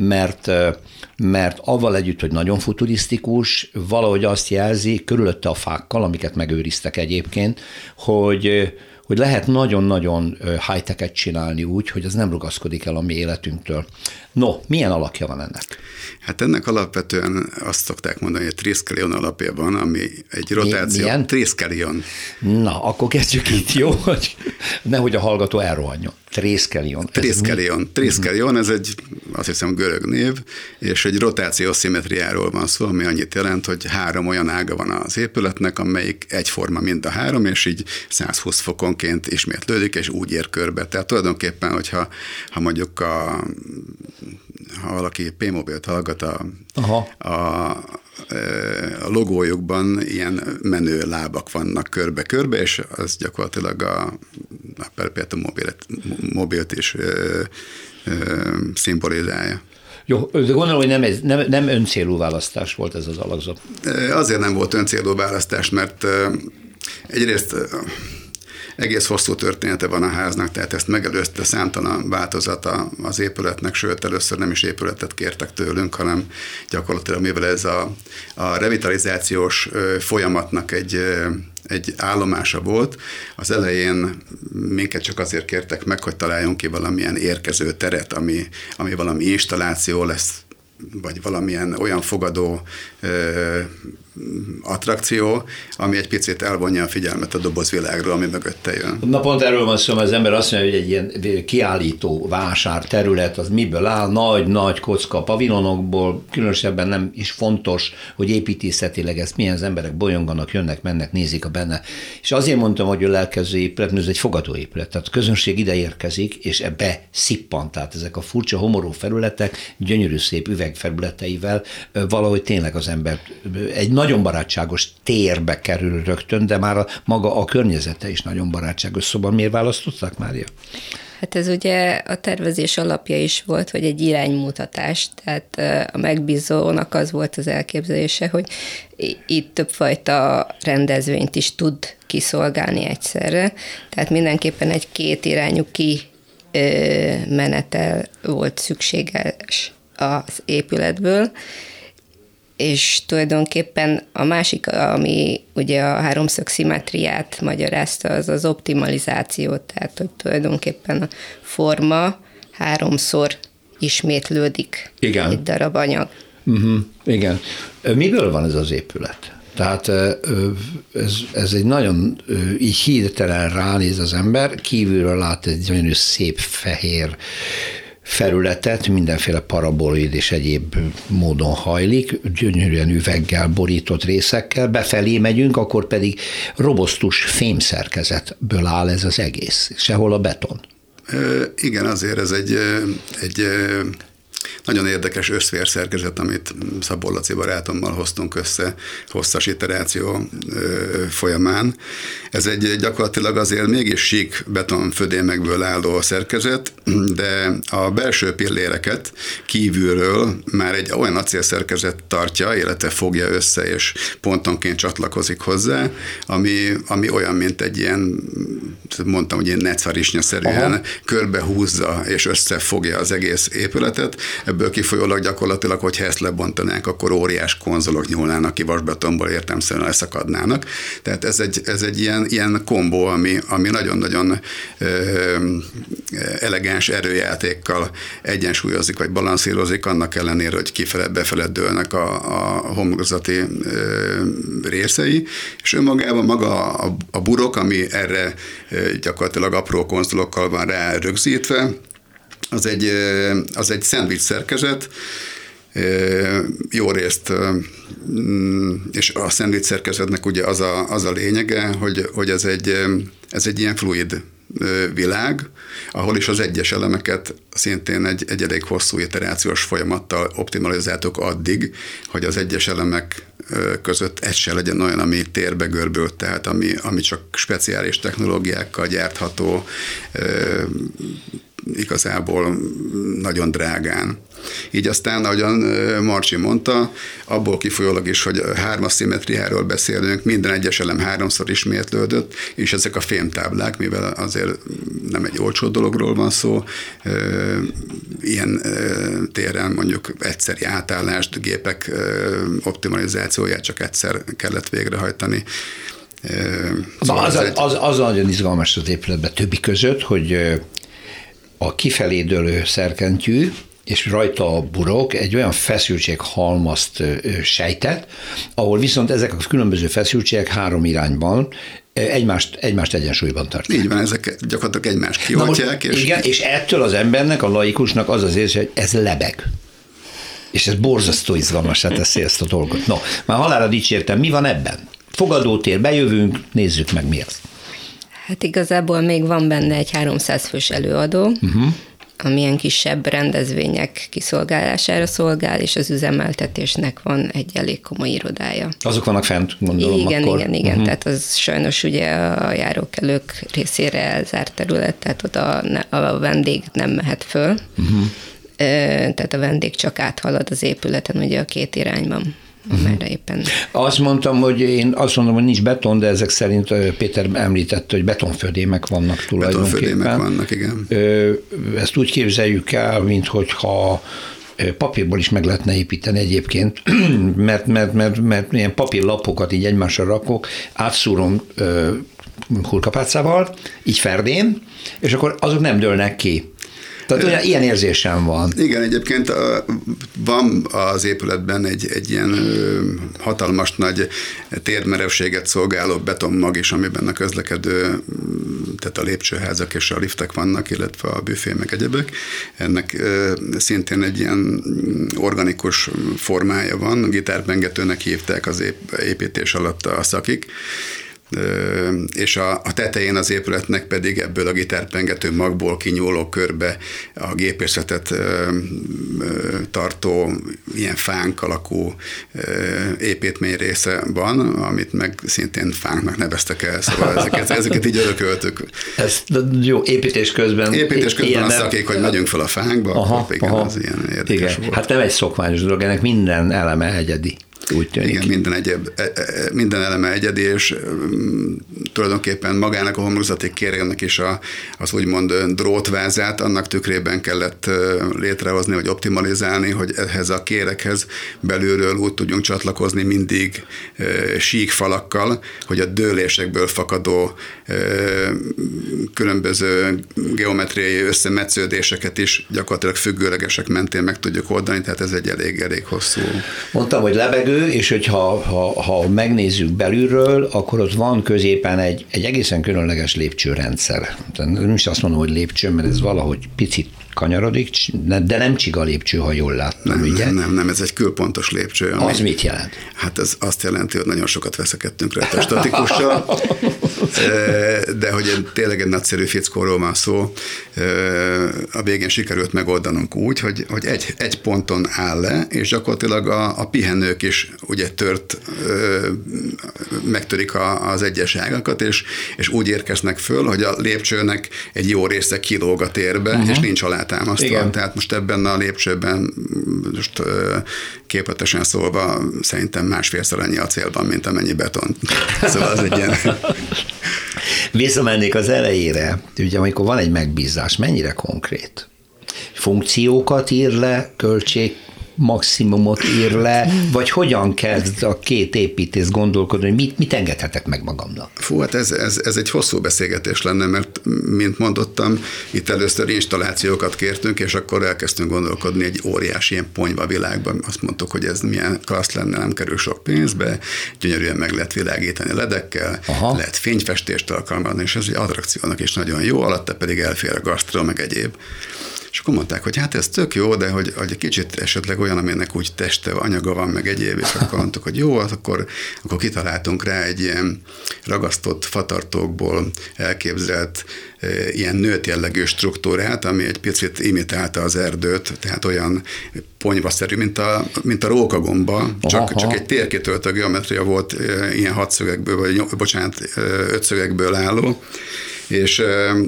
[SPEAKER 1] mert avval együtt, hogy nagyon futurisztikus, valahogy azt jelzi, körülötte a fákkal, amiket megőriztek egyébként, hogy lehet nagyon-nagyon high-tech-et csinálni úgy, hogy ez nem rugaszkodik el a mi életünktől. No, milyen alakja van ennek?
[SPEAKER 6] Hát ennek alapvetően azt szokták mondani, hogy triszkelion alapja van, ami egy rotáció.
[SPEAKER 1] Milyen?
[SPEAKER 6] Triszkelion.
[SPEAKER 1] Na, akkor kezdjük itt, jó? Nehogy a hallgató elrohanjon. Triszkelion.
[SPEAKER 6] Triszkelion, ez egy, azt hiszem, görög név, és egy rotációszimmetriáról van szó, ami annyit jelent, hogy 3 olyan ága van az épületnek, amelyik egyforma mind a 3, és így 120 fokonként ismétlődik, és úgy ér körbe. Tehát tulajdonképpen, hogyha mondjuk ha valaki P-mobilt hallgat, a logójukban ilyen menő lábak vannak körbe-körbe, és az gyakorlatilag a Perpetuum mobilt is szimbolizálja.
[SPEAKER 1] Jó, de gondolom, hogy nem öncélú választás volt ez az alakzat.
[SPEAKER 6] Azért nem volt öncélú választás, mert egyrészt egész hosszú története van a háznak, tehát ezt megelőzte számtalan változata az épületnek, sőt, először nem is épületet kértek tőlünk, hanem gyakorlatilag, mivel ez a revitalizációs folyamatnak egy állomása volt, az elején minket csak azért kértek meg, hogy találjunk ki valamilyen érkező teret, ami valami installáció lesz, vagy valamilyen olyan fogadó attrakció, ami egy picit elvonja a figyelmet a dobozvilágról, ami mögötte jön.
[SPEAKER 1] Na pont erről van szó, az ember azt mondja, hogy egy ilyen kiállító vásárterület, az miből áll, nagy kocka pavilonokból, különösebben nem is fontos, hogy építészetileg ezt milyen az emberek bolyonganak, jönnek, mennek, nézik a benne. És azért mondtam, hogy ölelkező épület, mert ez egy fogadóépület, tehát a közönség ide érkezik, és ebbe szippant, tehát ezek a furcsa homorú felületek, gyönyörű szép üvegfelületeivel valahogy tényleg az ember egy nagyon barátságos térbe kerül rögtön, de már maga a környezete is nagyon barátságos. Szóval miért választották, Mária?
[SPEAKER 7] Hát ez ugye a tervezés alapja is volt, hogy egy iránymutatás, tehát a megbízónak az volt az elképzelése, hogy itt többfajta rendezvényt is tud kiszolgálni egyszerre, tehát mindenképpen egy kétirányú kimenetel volt szükséges az épületből, és tulajdonképpen a másik, ami ugye a háromszög szimmetriát magyarázta, az az optimalizáció, tehát hogy tulajdonképpen a forma 3-szor ismétlődik egy darab anyag.
[SPEAKER 1] Igen. Miből van ez az épület? Tehát ez egy nagyon, így hirtelen ránéz az ember, kívülről lát egy gyönyörű szép fehér felületet, mindenféle paraboloid és egyéb módon hajlik, gyönyörűen üveggel borított részekkel, befelé megyünk, akkor pedig robosztus fémszerkezetből áll ez az egész, sehol a beton.
[SPEAKER 6] Igen, azért ez egy nagyon érdekes összvérszerkezet, amit Szabó Laci barátommal hoztunk össze hosszas iteráció folyamán. Ez egy gyakorlatilag azért mégis sík betonfödémekből álló szerkezet, de a belső pilléreket kívülről már egy olyan acélszerkezet tartja, illetve fogja össze, és pontonként csatlakozik hozzá, ami olyan, mint egy ilyen, mondtam, hogy ilyen necvarisnyaszerűen körbehúzza és összefogja az egész épületet. Ebből kifolyólag gyakorlatilag, hogyha ezt lebontanánk, akkor óriás konzolok nyúlnának ki vasbetonból, értelemszerűen leszakadnának. Tehát ez egy ilyen kombó, ami nagyon-nagyon elegáns erőjátékkal egyensúlyozik, vagy balanszírozik, annak ellenére, hogy kifele-befele dőlnek a homlokzati részei, és önmagában maga a burok, ami erre gyakorlatilag apró konzolokkal van rá rögzítve, az egy szendvics szerkezet, jó részt, és a szendvics szerkezetnek ugye az a lényege, hogy ez egy ilyen fluid világ, ahol is az egyes elemeket szintén egy elég hosszú iterációs folyamattal optimalizáltuk addig, hogy az egyes elemek között ez se legyen olyan, ami térbe görbült, tehát ami csak speciális technológiákkal gyártható, igazából nagyon drágán. Így aztán, ahogyan Marcsi mondta, abból kifolyólag is, hogy 3-as szimmetriáról beszélünk, minden egyes elem 3-szor ismétlődött, és ezek a fémtáblák, mivel azért nem egy olcsó dologról van szó, ilyen téren mondjuk egyszeri átállást, gépek optimalizációját csak egyszer kellett végrehajtani.
[SPEAKER 1] Szóval az nagyon izgalmas az épületben többi között, hogy a kifelé dőlő szerkentyű, és rajta a burok egy olyan feszültséghalmazt sejtett, ahol viszont ezek a különböző feszültségek 3 irányban egymást egyensúlyban tartják.
[SPEAKER 6] Így van, ezek gyakorlatilag egymást kioltják.
[SPEAKER 1] És ettől az embernek, a laikusnak az az érzés, hogy ez lebeg. És ez borzasztó izgalmasá teszi ezt a dolgot. No, már halálra dicsértem, mi van ebben? Fogadótér, bejövünk, nézzük meg, mi az.
[SPEAKER 7] Hát igazából még van benne egy 300 fős előadó, amilyen kisebb rendezvények kiszolgálására szolgál, és az üzemeltetésnek van egy elég komoly irodája.
[SPEAKER 1] Azok vannak fent, gondolom
[SPEAKER 7] igen,
[SPEAKER 1] akkor.
[SPEAKER 7] Igen, tehát az sajnos ugye a járókelők részére elzárt terület, tehát ott a vendég nem mehet föl, tehát a vendég csak áthalad az épületen ugye a 2 irányban. Merre éppen.
[SPEAKER 1] Azt mondtam, hogy nincs beton, de ezek szerint Péter említette, hogy betonfödémek vannak tulajdonképpen.
[SPEAKER 6] Betonfödémek vannak, igen.
[SPEAKER 1] Ezt úgy képzeljük el, minthogyha papírból is meg lehetne építeni egyébként, mert ilyen papírlapokat így egymásra rakok, átszúrom hurkapálcával, így ferdén, és akkor azok nem dőlnek ki. Tehát olyan, ilyen érzésem van.
[SPEAKER 6] Igen, egyébként van az épületben egy ilyen hatalmas nagy térmerevséget szolgáló betonmag is, amiben a közlekedő, tehát a lépcsőházak és a liftek vannak, illetve a büfé meg egyebek. Ennek szintén egy ilyen organikus formája van, gitárpengetőnek hívták az építés alatt a szakik, és a tetején az épületnek pedig ebből a gitárpengető magból kinyúló körbe a gépészetet tartó ilyen fánk alakú építmény része van, amit meg szintén fánknak neveztek el, szóval ezeket így örököltük.
[SPEAKER 1] Ez jó, építés közben
[SPEAKER 6] a szakik, hogy megyünk fel a fánkba, igen, az ilyen érdekes volt.
[SPEAKER 1] Hát nem egy szokványos dolog, ennek minden eleme egyedi.
[SPEAKER 6] Igen, minden eleme egyedi, és tulajdonképpen magának a homlokzati kéregnek is az úgymond drótvázát annak tükrében kellett létrehozni, vagy optimalizálni, hogy ehhez a kéreghez belülről úgy tudjunk csatlakozni mindig sík falakkal, hogy a dőlésekből fakadó különböző geometriai összemetsződéseket is gyakorlatilag függőlegesek mentén meg tudjuk oldani, tehát ez egy elég hosszú.
[SPEAKER 1] Mondtam, hogy lebegő, és hogyha megnézzük belülről, akkor ott van középen egy egészen különleges lépcsőrendszer. Nem is azt mondom, hogy lépcső, mert ez valahogy picit kanyarodik, de nem csiga lépcső, ha jól láttam, ugye?
[SPEAKER 6] Nem, ez egy külpontos lépcső.
[SPEAKER 1] Az mit jelent?
[SPEAKER 6] Hát ez azt jelenti, hogy nagyon sokat veszekedtünk rá a statikussal, de hogy tényleg egy nagyszerű fickóról van szó, a végén sikerült megoldanunk úgy, hogy egy ponton áll le, és gyakorlatilag a pihenők is ugye megtörik az egyes ágakat, és úgy érkeznek föl, hogy a lépcsőnek egy jó része kilóg a térbe, és nincs alátámasztva. Igen. Tehát most ebben a lépcsőben most képletesen szólva szerintem másfélszer annyi acél van, mint amennyi beton. Szóval az egy ilyen...
[SPEAKER 1] Visszamennék az elejére, ugye amikor van egy megbízás, mennyire konkrét? Funkciókat ír le, költség maximumot ír le, vagy hogyan kezd a két építész gondolkodni, hogy mit engedhetek meg magamnak?
[SPEAKER 6] Fú, hát ez egy hosszú beszélgetés lenne, mert mint mondottam, itt először installációkat kértünk, és akkor elkezdtünk gondolkodni egy óriási ilyen ponyva világban. Azt mondtuk, hogy ez milyen klassz lenne, nem kerül sok pénzbe, gyönyörűen meg lehet világítani ledekkel, lehet fényfestést alkalmazni, és ez egy attrakciónak is nagyon jó, alatta pedig elfér a gasztro, meg egyéb. És akkor mondták, hogy hát ez tök jó, de hogy egy kicsit esetleg olyan, aminek úgy teste, anyaga van, meg egyéb, és akkor mondtuk, hogy jó, akkor kitaláltunk rá egy ilyen ragasztott fatartókból elképzelt ilyen nőtt jellegű struktúrát, ami egy picit imitálta az erdőt, tehát olyan ponyvaszerű, mint a rókagomba, csak egy térkitöltő geometria volt ilyen ötszögekből álló, és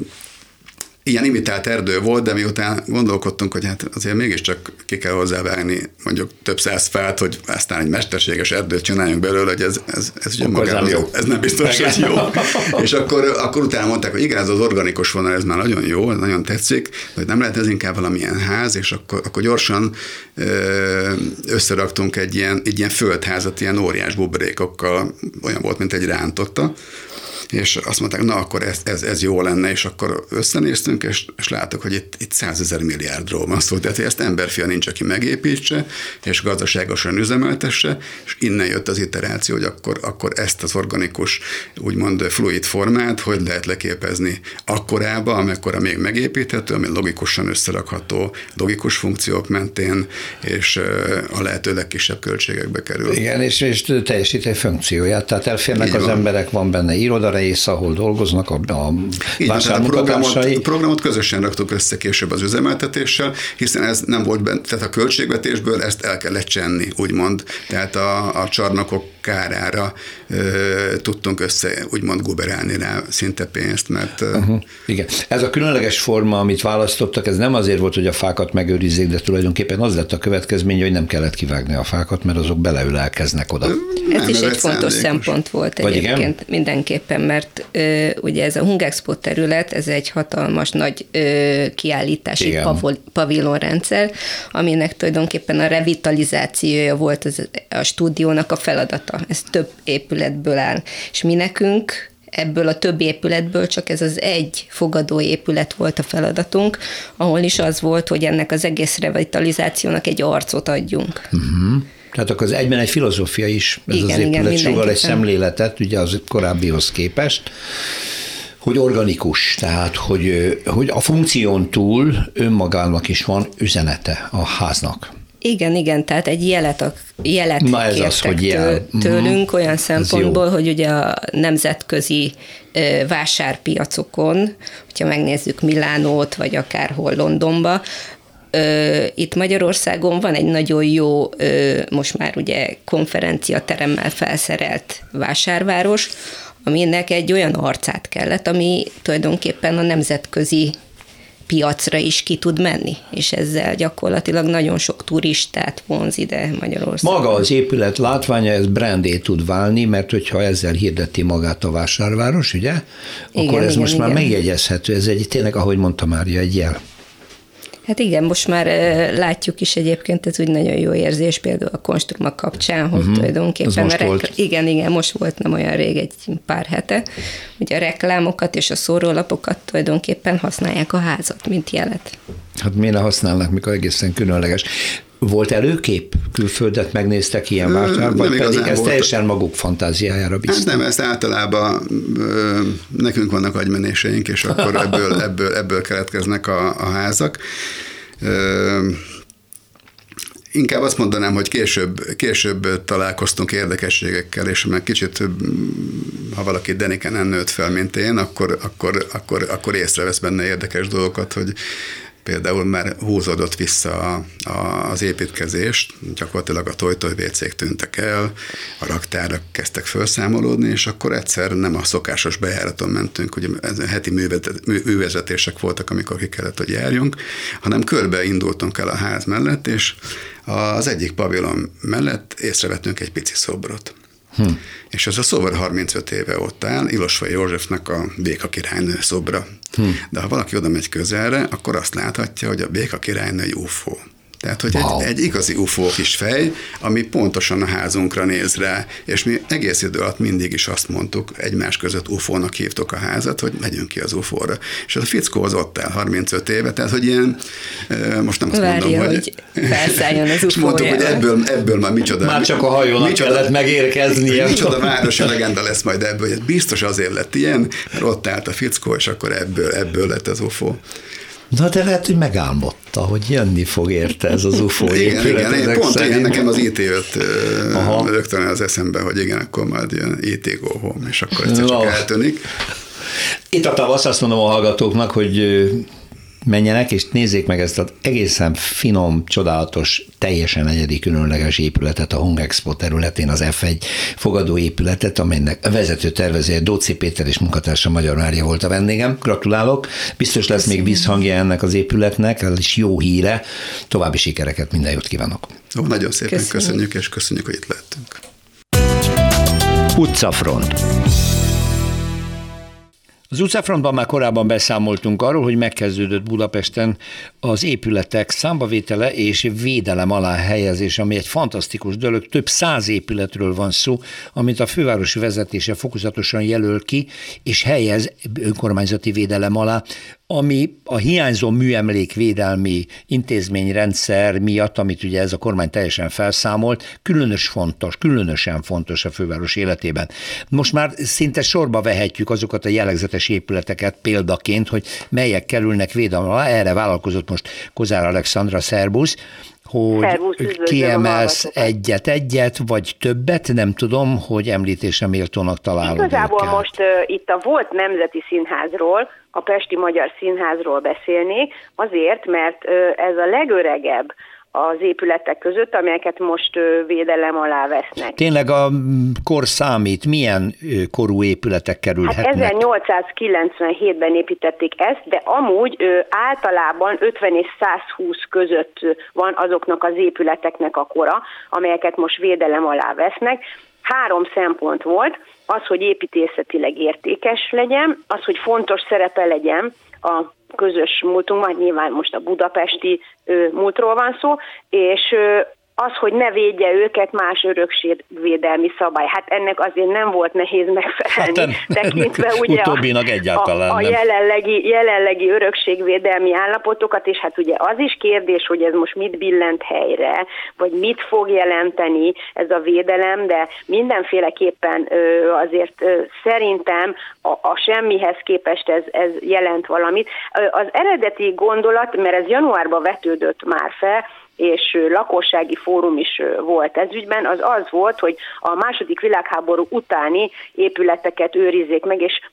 [SPEAKER 6] ilyen imitált erdő volt, de miután gondolkodtunk, hogy hát azért mégiscsak ki kell hozzávágni mondjuk több száz fát, hogy aztán egy mesterséges erdőt csináljunk belőle, hogy ez ugye magában jó. Ez nem biztos, hogy jó. És akkor utána mondták, hogy igen, ez az organikus vonal, ez már nagyon jó, nagyon tetszik, hogy nem lehet ez inkább valamilyen ház, és akkor gyorsan összeraktunk egy ilyen földházat, ilyen óriás buborékokkal, olyan volt, mint egy rántotta, és azt mondták, na akkor ez jó lenne, és akkor összenéztünk, és láttuk, hogy itt 100 000 milliárdról van szó, tehát ezt emberfia nincs, aki megépítse, és gazdaságosan üzemeltesse, és innen jött az iteráció, hogy akkor ezt az organikus, úgymond fluid formát, hogy lehet leképezni akkorába, amekkora még megépíthető, ami logikusan összerakható, logikus funkciók mentén, és a lehető legkisebb költségekbe kerül.
[SPEAKER 1] Igen, és teljesít egy funkcióját, tehát elférnek az emberek, van benne irodarész, ahol dolgoznak a vásármunkatársai.
[SPEAKER 6] A programot közösen raktuk össze később az üzemeltetéssel, hiszen ez nem volt benne, tehát a költségvetésből ezt el kellett csenni, úgymond. Tehát a csarnokok kárára tudtunk össze, úgymond guberálni rá szinte pénzt, mert...
[SPEAKER 1] Igen. Ez a különleges forma, amit választottak, ez nem azért volt, hogy a fákat megőrizzék, de tulajdonképpen az lett a következmény, hogy nem kellett kivágni a fákat, mert azok beleülelkeznek oda.
[SPEAKER 7] Ez is egy fontos szempont volt egyébként mindenképpen, mert ugye ez a Hungexpo terület, ez egy hatalmas nagy kiállítási pavilonrendszer, aminek tulajdonképpen a revitalizációja volt a stúdiónak a feladata. Ez több épületből áll. És mi nekünk ebből a több épületből csak ez az egy fogadóépület volt a feladatunk, ahol is az volt, hogy ennek az egész revitalizációnak egy arcot adjunk.
[SPEAKER 1] Tehát akkor az egyben egy filozófia is, ez az épület sugal egy szemléletet, ugye az korábbihoz képest, hogy organikus, tehát hogy a funkción túl önmagának is van üzenete a háznak.
[SPEAKER 7] Igen, tehát egy jelet kértek tőlünk olyan szempontból, hogy ugye a nemzetközi vásárpiacokon, hogyha megnézzük Milánót, vagy akárhol Londonba, itt Magyarországon van egy nagyon jó, most már ugye konferenciateremmel felszerelt vásárváros, aminek egy olyan arcát kellett, ami tulajdonképpen a nemzetközi piacra is ki tud menni, és ezzel gyakorlatilag nagyon sok turistát vonz ide Magyarországon.
[SPEAKER 1] Maga az épület látványa, ez brandé tud válni, mert hogyha ezzel hirdeti magát a vásárváros, ugye, akkor ez most már megjegyezhető, ez egy tényleg, ahogy mondta Mária, egy jel.
[SPEAKER 7] Hát igen, most már látjuk is egyébként, ez úgy nagyon jó érzés, például a Konstruma kapcsán, hogy tulajdonképpen igen, most volt nem olyan rég, egy pár hete, hogy a reklámokat és a szórólapokat tulajdonképpen használják a házat, mint jelet.
[SPEAKER 1] Hát miért ne használnak, mikor egészen különleges. Volt előkép
[SPEAKER 3] külföldet megnéztek ilyen vásárban, vagy pedig ez teljesen maguk fantáziájára bíztak?
[SPEAKER 6] Nem, ezt általában nekünk vannak agymenéseink, és akkor ebből keletkeznek a házak. Inkább azt mondanám, hogy később találkoztunk érdekességekkel, és meg kicsit, ha valaki Denikenen nőtt fel, mint én, akkor észrevesz benne érdekes dolgokat, hogy például már húzódott vissza az építkezést, gyakorlatilag a toj-toj-vécék tűntek el, a raktárak kezdtek felszámolódni, és akkor egyszer nem a szokásos bejáraton mentünk, ugye heti művezetések voltak, amikor ki kellett, hogy járjunk, hanem körbe indultunk el a ház mellett, és az egyik pavilon mellett észrevettünk egy pici szobrot. És ez a szobor 35 éve ott áll, Ilosvay Józsefnek a Béka királynő szobra. De ha valaki oda megy közelre, akkor azt láthatja, hogy a Béka királynő egy UFO. Tehát, hogy egy igazi UFO kis fej, ami pontosan a házunkra néz rá, és mi egész idő alatt mindig is azt mondtuk, egymás között UFO-nak hívtuk a házat, hogy megyünk ki az UFO-ra. És az a fickó az ott áll 35 éve, tehát, hogy ilyen, most nem azt mondom, hogy
[SPEAKER 7] felszálljon az
[SPEAKER 6] UFO-ja. Mondtuk, hogy ebből már micsoda.
[SPEAKER 3] Már csak a hajónak kellett megérkeznie.
[SPEAKER 6] Micsoda városi legenda lesz majd ebből, hogy biztos azért lett ilyen, mert ott állt a fickó, és akkor ebből lett az UFO.
[SPEAKER 3] Na, de lehet, hogy megálmodta, hogy jönni fog érte ez az UFO épület.
[SPEAKER 6] Igen, pont igen, nekem az IT jött rögtön az eszembe, hogy igen, akkor majd jön IT go home, és akkor egyszer csak eltűnik.
[SPEAKER 3] Itt a tavasz, azt mondom a hallgatóknak, hogy menjenek, és nézzék meg ezt az egészen finom, csodálatos, teljesen egyedi, különleges épületet a Hungexpo területén, az F1 fogadóépületet, amelynek a vezető tervezője Dóczy Péter és munkatársa Magyar Mária volt a vendégem. Gratulálok! Biztos lesz még visszhangja ennek az épületnek, ez is jó híre. További sikereket, minden jót kívánok!
[SPEAKER 6] Nagyon szépen köszönjük, és köszönjük, hogy itt lehettünk.
[SPEAKER 3] Utcafront. Az utcafrontban már korábban beszámoltunk arról, hogy megkezdődött Budapesten az épületek számbavétele és védelem alá helyezés, ami egy fantasztikus dolog. Több 100 épületről van szó, amit a fővárosi vezetése fokozatosan jelöl ki, és helyez önkormányzati védelem alá, ami a hiányzó műemlékvédelmi intézményrendszer miatt, amit ugye ez a kormány teljesen felszámolt, különösen fontos a főváros életében. Most már szinte sorba vehetjük azokat a jellegzetes épületeket példaként, hogy melyek kerülnek védelem alá. Erre vállalkozott most Kozár Alexandra, szerbusz, hogy kiemelsz egyet, vagy többet, nem tudom, hogy említésre méltónak találod.
[SPEAKER 8] Igazából őket. Most itt a volt Nemzeti Színházról, a Pesti Magyar Színházról beszélnék, azért, mert ez a legöregebb az épületek között, amelyeket most védelem alá vesznek.
[SPEAKER 3] Tényleg a kor számít, milyen korú épületek kerülhetnek?
[SPEAKER 8] Hát 1897-ben építették ezt, de amúgy általában 50 és 120 között van azoknak az épületeknek a kora, amelyeket most védelem alá vesznek. 3 szempont volt, az, hogy építészetileg értékes legyen, az, hogy fontos szerepe legyen a közös múltunkban, nyilván most a budapesti múltról van szó, és az, hogy ne védje őket más örökségvédelmi szabály. Hát ennek azért nem volt nehéz megfelelni, tekintve ugye a jelenlegi örökségvédelmi állapotokat, és hát ugye az is kérdés, hogy ez most mit billent helyre, vagy mit fog jelenteni ez a védelem, de mindenféleképpen azért szerintem a semmihez képest ez jelent valamit. Az eredeti gondolat, mert ez januárban vetődött már fel, és lakossági fórum is volt ez ügyben, az volt, hogy a második világháború utáni épületeket őrizzék meg, és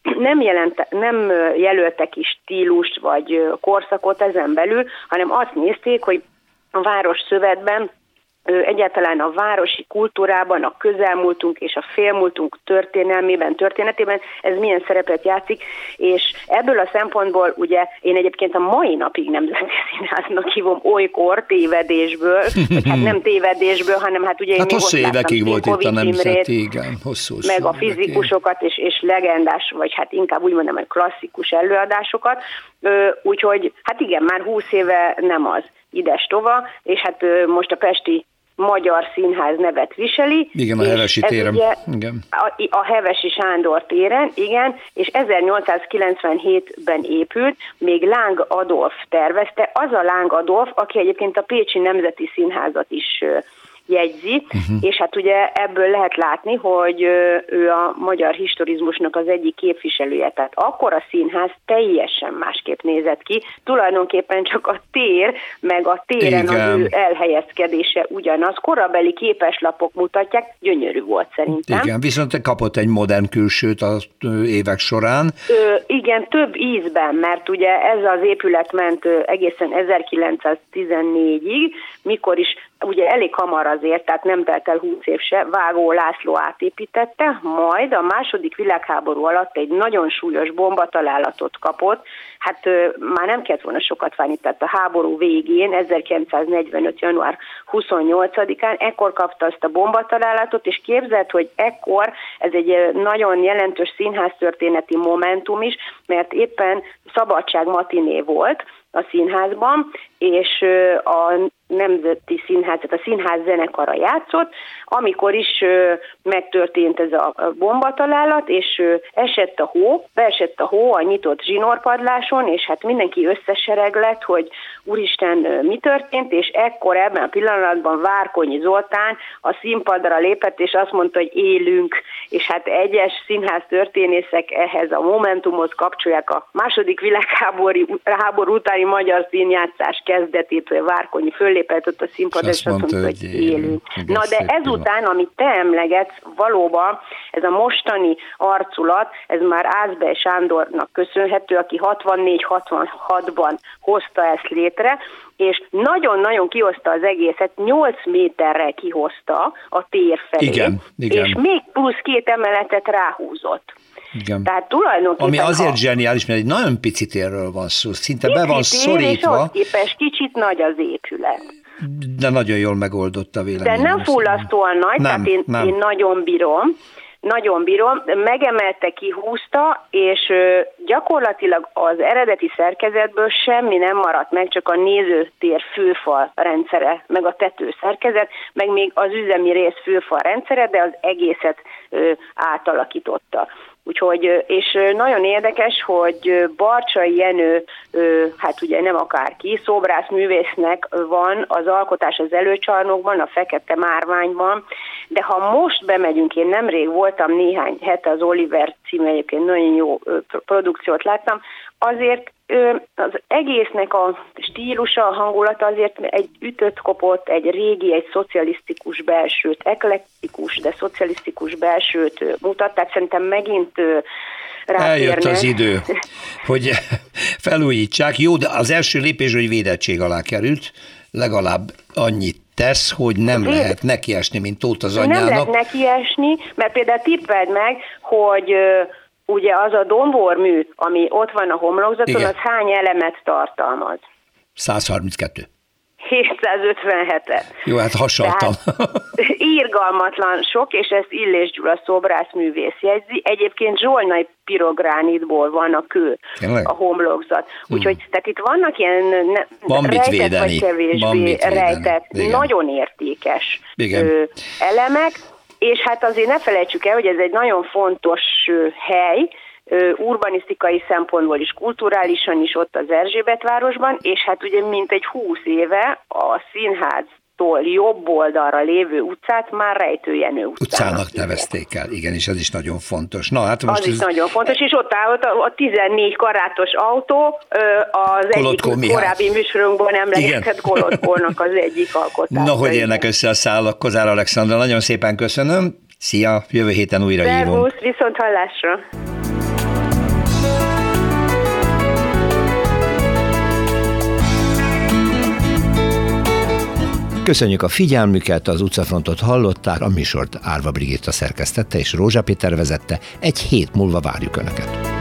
[SPEAKER 8] nem jelöltek ki stílust vagy korszakot ezen belül, hanem azt nézték, hogy a városszövetben egyáltalán a városi kultúrában, a közelmúltunk és a félmúltunk történetében ez milyen szerepet játszik, és ebből a szempontból ugye én egyébként a mai napig Nemzeti Színháznak hívom olykor tévedésből, vagy hát nem tévedésből, hanem hát ugye én még
[SPEAKER 3] hosszú évekig volt itt a Nemzeti, igen, hosszú
[SPEAKER 8] meg a fizikusokat és legendás, vagy hát inkább úgy mondom, hogy klasszikus előadásokat, úgyhogy hát igen, már 20 éve nem az ides-tova, és hát most a Pesti Magyar Színház nevet viseli.
[SPEAKER 3] Igen, a Hevesi téren. Igen.
[SPEAKER 8] A Hevesi Sándor téren, igen, és 1897-ben épült, még Láng Adolf tervezte, az a Láng Adolf, aki egyébként a Pécsi Nemzeti Színházat is jegyzi, és hát ugye ebből lehet látni, hogy ő a magyar historizmusnak az egyik képviselője, tehát akkor a színház teljesen másképp nézett ki, tulajdonképpen csak a tér, meg a téren az ő elhelyezkedése ugyanaz, korabeli képeslapok mutatják, gyönyörű volt szerintem.
[SPEAKER 3] Igen, viszont kapott egy modern külsőt az évek során.
[SPEAKER 8] Igen, több ízben, mert ugye ez az épület ment egészen 1914-ig, mikor is ugye elég hamar azért, tehát nem telt el 20 év se, Vágó László átépítette, majd a második világháború alatt egy nagyon súlyos bombatalálatot kapott, hát már nem kellett volna sokat várni, tehát a háború végén, 1945. január 28-án, ekkor kapta azt a bombatalálatot, és képzeld, hogy ekkor ez egy nagyon jelentős színháztörténeti momentum is, mert éppen szabadság matiné volt a színházban, és a Nemzeti Színház, tehát a színház zenekara játszott, amikor is megtörtént ez a bombatalálat, és beesett a hó a nyitott zsinórpadláson, és hát mindenki összesereglett, hogy úristen, mi történt, és ekkor ebben a pillanatban Várkonyi Zoltán a színpadra lépett, és azt mondta, hogy élünk, és hát egyes színház történészek ehhez a momentumhoz kapcsolják a második világháború utáni magyar színjátszás kezdetét, hogy Várkonyi föllépett ott a színpadra, és azt mondta, hogy élünk. Na de ezután, amit te emlegetsz, valóban ez a mostani arculat, ez már Ászbey Sándornak köszönhető, aki 64-66-ban hozta ezt létre, és nagyon-nagyon kihozta az egészet, 8 méterre kihozta a tér felé,
[SPEAKER 3] igen.
[SPEAKER 8] És még plusz 2 emeletet ráhúzott.
[SPEAKER 3] Igen.
[SPEAKER 8] Tehát tulajdonképpen...
[SPEAKER 3] Ami azért zseniális, mert egy nagyon pici térről van szó, szinte be van szorítva.
[SPEAKER 8] És képest kicsit nagy az épület.
[SPEAKER 3] De nagyon jól megoldotta véleményem.
[SPEAKER 8] De nem fullasztóan nagy, tehát én nagyon bírom. Nagyon bírom, megemelte, kihúzta, és gyakorlatilag az eredeti szerkezetből semmi nem maradt meg, csak a nézőtér főfal rendszere, meg a tetőszerkezet, meg még az üzemi rész főfal rendszere, de az egészet átalakította. Úgyhogy, és nagyon érdekes, hogy Barcsay Jenő, hát ugye nem akárki, szobrászművésznek van az alkotás az előcsarnokban, a Fekete Márványban, de ha most bemegyünk, én nemrég voltam néhány hete az Oliver című, egyébként nagyon jó produkciót láttam, azért az egésznek a stílusa, a hangulata azért egy ütött-kopott, egy régi, egy szocialisztikus belsőt, eklektikus, de szocialisztikus belsőt mutat, tehát szerintem megint rátérne.
[SPEAKER 3] Eljött az idő, hogy felújítsák. Jó, de az első lépés, hogy védettség alá került, legalább annyit tesz, hogy nem lehet nekiesni, mint Tóth az anyjának.
[SPEAKER 8] Nem lehet nekiesni, mert például tippeld meg, hogy ugye az a dombormű, ami ott van a homlokzaton, igen, az hány elemet tartalmaz?
[SPEAKER 3] 132.
[SPEAKER 8] 757-et.
[SPEAKER 3] Jó, hát hasonltam.
[SPEAKER 8] Irgalmatlan sok, és ezt Illés Gyula szobrászművész jegyzi. Egyébként zsolnai pirogránitból van a kő, tényleg? A homlokzat. Úgyhogy tehát itt vannak ilyen rejtett vagy kevésbé rejtett, nagyon értékes elemek, és hát azért ne felejtsük el, hogy ez egy nagyon fontos hely, urbanisztikai szempontból is, kulturálisan is ott az Erzsébetvárosban, és hát ugye mintegy 20 éve a színháztól jobb oldalra lévő utcát már Rejtő Jenő
[SPEAKER 3] utcának nevezték el, igen, és ez is nagyon fontos. Na, hát most
[SPEAKER 8] az is nagyon fontos, és ott áll a 14 karátos autó, az
[SPEAKER 3] Kolodkó
[SPEAKER 8] egyik korábbi műsorunkban emlegetett Kolodkónak az egyik alkotása.
[SPEAKER 3] Na, hogy érnek össze a szálak, Kozár Alexandra, nagyon szépen köszönöm. Szia, jövő héten újra hívunk.
[SPEAKER 8] Szervusz, viszont hallásra.
[SPEAKER 1] Köszönjük a figyelmüket, az Utcafrontot hallották, a műsort Árva Brigitta szerkesztette és Rózsa Péter vezette. Egy hét múlva várjuk Önöket.